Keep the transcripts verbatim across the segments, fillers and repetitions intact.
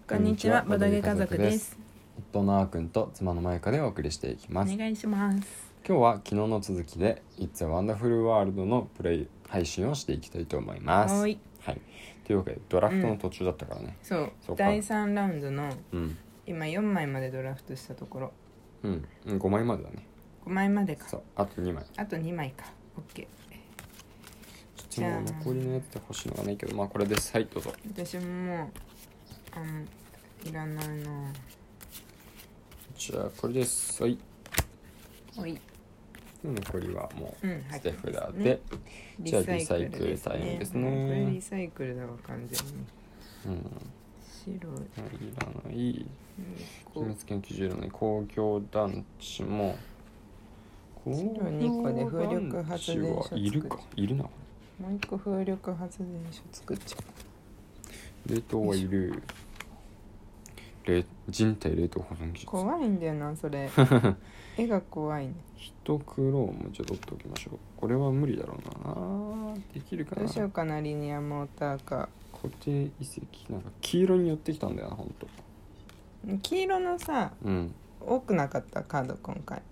こんにちは、ボドゲ家族です。 夫のあーくんと妻のまゆかでお送りしていきます。 お願いします。 今日は昨日の続きで It's a Wonderful World のプレイ配信をしていきたいと思います。 はい、 はい、というわけでドラフトの途中だったからね、 うん、そうそうだいさんラウンドの、 うん、 今よんまいまでドラフトしたところ、 うん、ごまいまでだね。 ごまいまでか。 そうあとにまいあとにまいか。 OK。 ちょっともう残りのやつで欲しいのがないけど、まあこれです。はい、どうぞ。 私ももうあのいらないな。 じゃあこれです。はい、 おい、 残りはもううん捨て札で、 ね、 じゃあリサイクルタイムですね。 これリサイクルだわ完全に。 うん、 白いいらない秘密研究所いらない。工業団地も白にこで風力発電所作っちゃう。 いるかいるな。 もう一個風力発電所作っちゃう。 冷凍はいる。冷人体冷凍保存技術怖いんだよなそれ絵が怖いね。 ヒトクロームじゃ取っておきましょう。これは無理だろうな。できるかな。 どうしようかな。リニアモーターか固定遺跡なんか黄色に寄ってきたんだよな。ほんと黄色のさ、 うん、 多くなかったカード今回。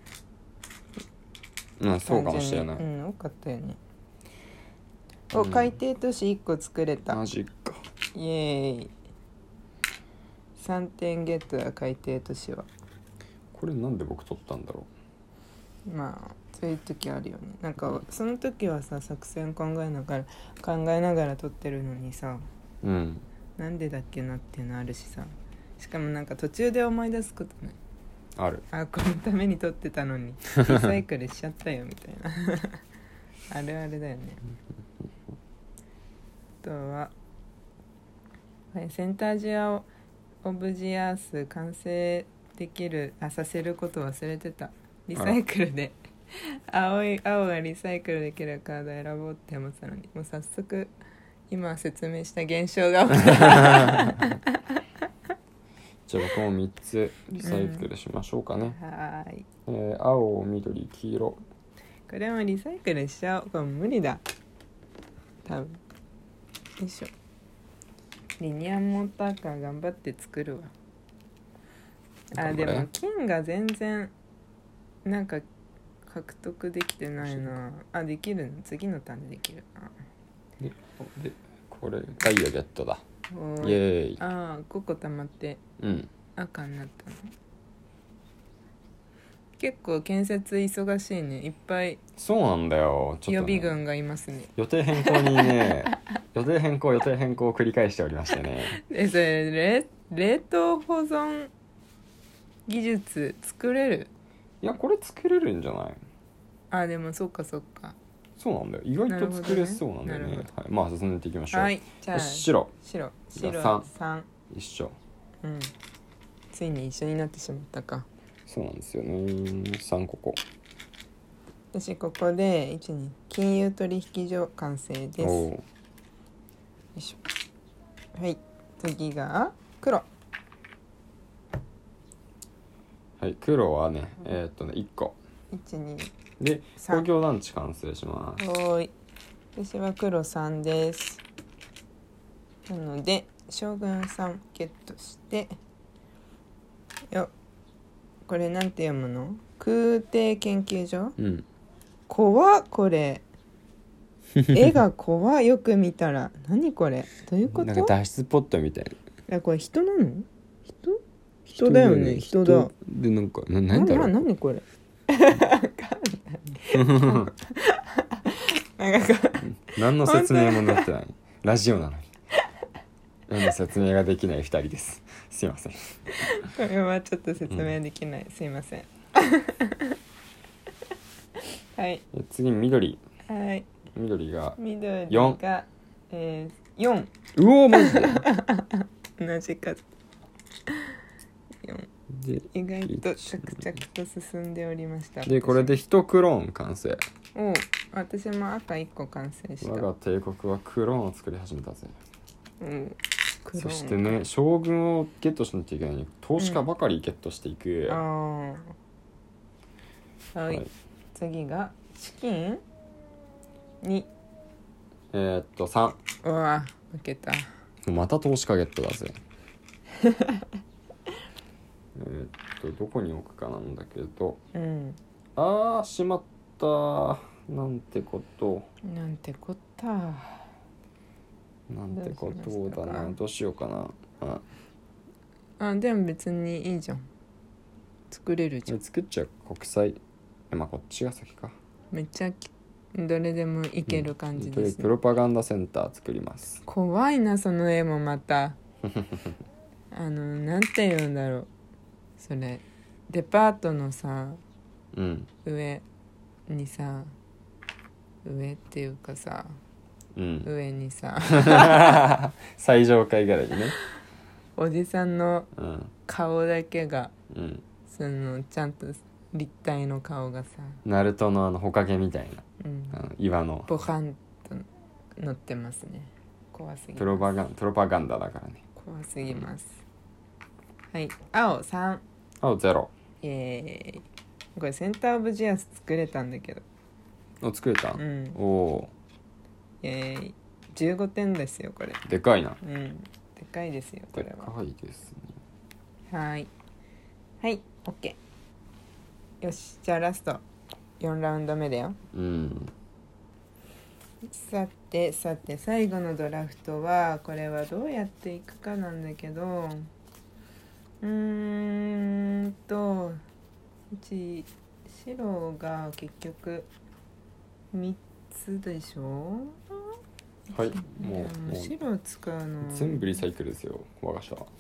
うん、そうかもしれない。 うん、多かったよね。お、うん、海底都市いっこ作れた。 マジか。 イエーイ。さんてんゲットだ。海底都市は。 これなんで僕取ったんだろう。まあそういう時あるよね。なんかその時はさ作戦考えながら考えながら取ってるのにさ、 うん、 なんでだっけなっていうのあるしさ。しかもなんか途中で思い出すことない。 ある。 あ、このために撮ってたのにリサイクルしちゃったよみたいなあるあるだよね。あとは、はい、センタージアオブジアース完成できるあさせること忘れてた。リサイクルで青い青がリサイクルできるカード選ぼうって思ってたのに、もう早速今説明した現象が起きたじゃあ僕もみっつリサイクルしましょうかね、 うん、はい、 えー、青、緑、黄色。 これもリサイクルしちゃおう。これ無理だ多分。よいしょ。リニアモーターカー頑張って作るわ。あ、でも金が全然なんか獲得できてないな。あ、できるの。次のターンでできるな。 で、でこれダイヤゲットだ。イエーイ。 ああ、ごこ溜まってうん赤になったの。結構建設忙しいね。いっぱい。 そうなんだよ。ちょっと、ね、 予備軍がいますね。 予定変更にね予定変更予定変更を繰り返しておりましてね。 え、それ冷冷凍保存技術作れる？ いや、これ作れるんじゃない？ あ、でもそっかそっか。 そうなんだよ。意外と作れそうなんだよね。はい、まあ進めていきましょう。 はい、じゃあ白白白さん一緒。 うん。ついに一緒になってしまったか。 そうなんですよね。さんここ。 私ここでいちに金融取引所完成です。よいしょ。はい、次が黒。 はい、黒はね、えー、っとねいっこ。 いちにで工業団地完成します。 はい、私は黒さんです。なので将軍さんゲットしてよ。これなんて読むの？空挺研究所、 うん、 怖っ。これ絵が怖い。よく見たら何これ、どういうこと？ なんか脱出ポットみたいな。 いこれ人なの？人？人だよね。人だ。 人でなんかな何だろう。 な何これなんか何の説明もなってない。ラジオなのに何の説明ができないふたりです。すいません。 これはちょっと説明できない、うん、すいませんはい、 次緑。 はい、 緑が緑がよん、 えー、よん。 うおーマジで同じ数。よんで意外と着々と進んでおりました。 でこれで一クローン完成。 お、私も赤いっこ完成した。 我が帝国はクローンを作り始めたぜ。 うん、 そしてね将軍をゲットしなきゃいけないのに投資家ばかりゲットしていく、 うん、あはい、はい、次が資金にえー、っとさん。 うわ負けた。 また投資家ゲットだぜえーっとどこに置くかなんだけど、 うんあーしまった、なんてことなんてこった。 なんてこどうしましたかとだな。どうしようかな。ああでも別にいいじゃん、作れるじゃん。 作っちゃう。国際えまあこっちが先か。 めっちゃきどれでもいける感じですね、 プロパガンダセンター作ります。 怖いなその絵もまたあのなんて言うんだろう、それデパートのさうん上にさ、上っていうかさ、 うん上にさ最上階ぐらいにね。 おじさんのうん顔だけがうんそのちゃんと立体の顔がさ、 ナルトのあのほかげみたいな、 うんあの岩のボカンと乗ってますね。怖すぎます。 プロパガンプロパガンダだからね。 怖すぎます。はい、青さん。 青ゼロ。 イエーイ。これセンターオブジアス作れたんだけど、 お作れた、 うんおおイエーイ。じゅうごてんですよこれ。 でかいな。 うんでかいですよこでれは。 かいですね。 はいはい OK。 よしじゃあラストよんラウンド目だよ。 うんさてさて最後のドラフトはこれはどうやっていくかなんだけど、うーんとうち白が結局みっつでしょ。 はいいもやうもう白使うの全部リサイクルですよ我が社は。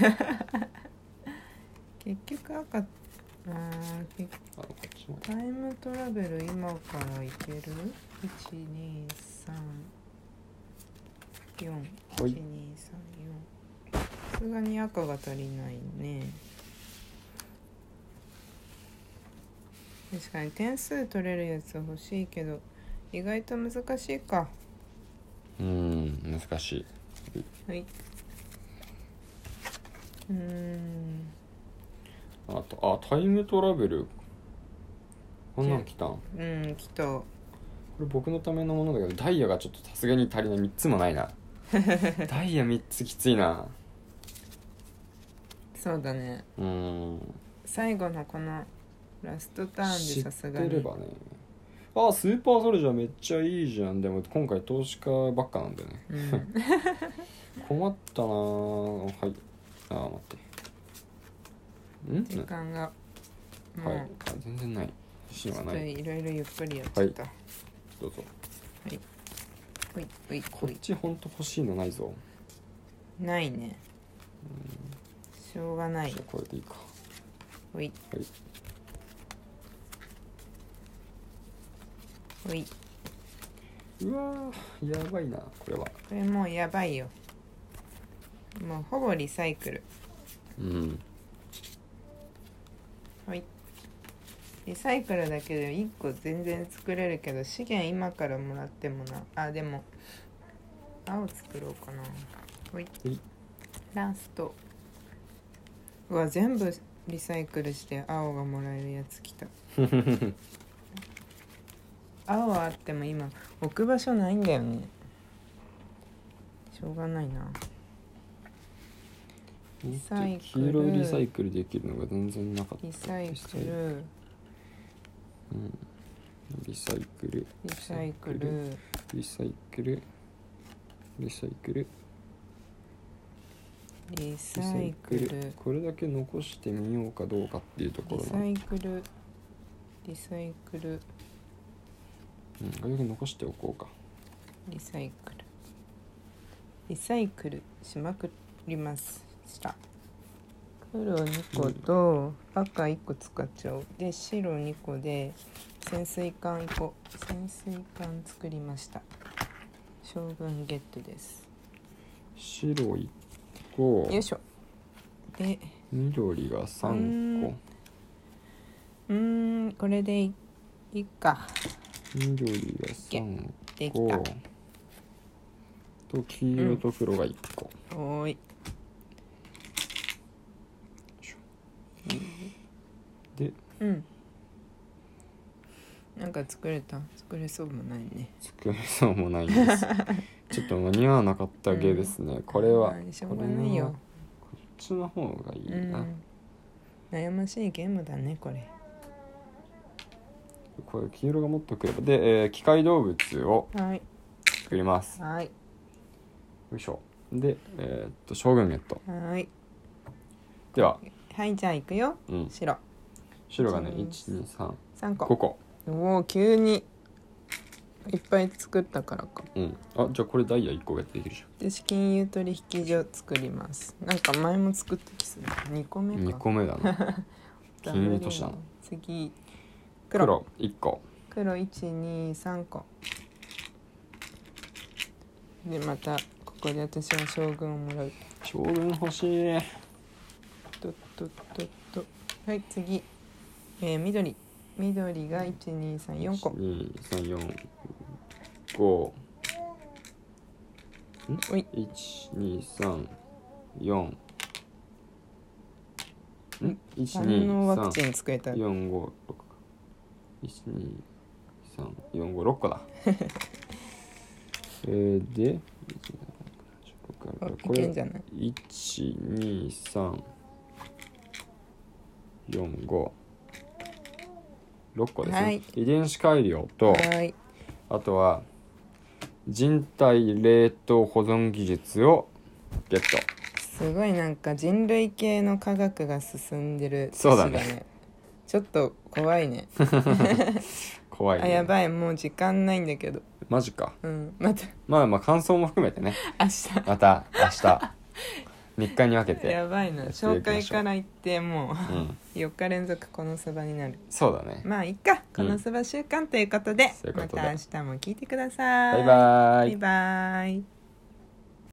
結局赤あー結あこっちもタイムトラベル今からいける ?いちにさんよん いちはいにさんよんさすがに赤が足りないね。確かに点数取れるやつ欲しいけど意外と難しいか。 うん難しい。 はい。うーんあとあタイムトラベルこんなん来たん。こうんきっとれ僕のためのものだけどダイヤがちょっとさすがに足りないみっつもないな。ダイヤみっつきついな。 そうだね。 うーん最後のこのラストターンでさすがに知ってればね。あスーパーソルジャーめっちゃいいじゃん。でも今回投資家ばっかなんだよね。 うん困ったなぁ。はいあー待ってん時間がもう、 はいあ全然ない自信はちょっとない。 いろいろゆっくりやっちゃった。はい、 どうぞ。 ほいほいこほい。 っちほんと欲しいのないぞ。 ないね。しょうがないじゃ。あこれでいいか。 ほいはいほい。 うわーやばいなこれは。 これもうやばいよ。もうほぼリサイクル。 うんほい。リサイクルだけでいっこ全然作れるけど資源今からもらってもなあ。でも青作ろうかな。ほいはいラスト。うわ全部リサイクルして青がもらえるやつきた。青はあっても今置く場所ないんだよね。しょうがないな。リサイク黄ル色いリサイクルできるのが全然なかった。 リサイクルうんリサイクルリサイクルリサイクルリサイクルリリサイクルこれだけ残してみようかどうかっていうところなリサイクルリサイクルうん、これだけ残しておこうか。 リサイクルリサイクルしまくりますした。黒にこと赤いっこ使っちゃおう。で白にこで潜水艦いっこ潜水艦作りました。将軍ゲットです。 白いっこよいしょ。で緑がさんこうーんこれでいいか。 緑がさんこできた。 と黄色と黒がいっこ、 おーいでうんなんか作れた作れそうもないね。 作れそうもないんですちょっと間に合わなかった芸ですね、これは。 しょうがないよ。 ちの方がいいな、 うん、悩ましいゲームだねこれ。 これ黄色がもっとくればで、えー、機械動物をはい作ります。 はいよいしょ。で、えー、っと将軍ゲット。 はいでは、 はいじゃあいくよ、 うん、 白白がねいちにさんさんこごこ。 おお急にいっぱい作ったからか。 うんあじゃあこれダイヤいっこができるじゃん。 で金融取引所作ります。なんか前も作った気する。にこめかにこめだな金融都市だな。 次黒黒いっこ。 黒いちにさんこでまたここで私は将軍をもらう。 将軍欲しい。 とっとっとっと。 はい次、えー、緑緑がいちにさんよんこ。 にさんよんごおいいちにさんよんんいちに万能ワクさチン作れた。 んよんごろくいちにさんよんごろっこだえー、でいけんじゃない。 いちにさんよんごろっこですね、 はい、 遺伝子改良とはいあとは人体冷凍保存技術をゲット。 すごいなんか人類系の科学が進んでる、 そうだねちょっと怖いね怖いね。 あやばいもう時間ないんだけど。 マジか。 うんまたまあまあ感想も含めてね明日また明日みっかに分けてやばいなやっていきましょう紹介から言ってもうんうよっか連続このそばになる。 そうだね。 まあいっかこのそば週間ということで、 そういうことでまた明日も聞いてください。 バイバーイバイバイ。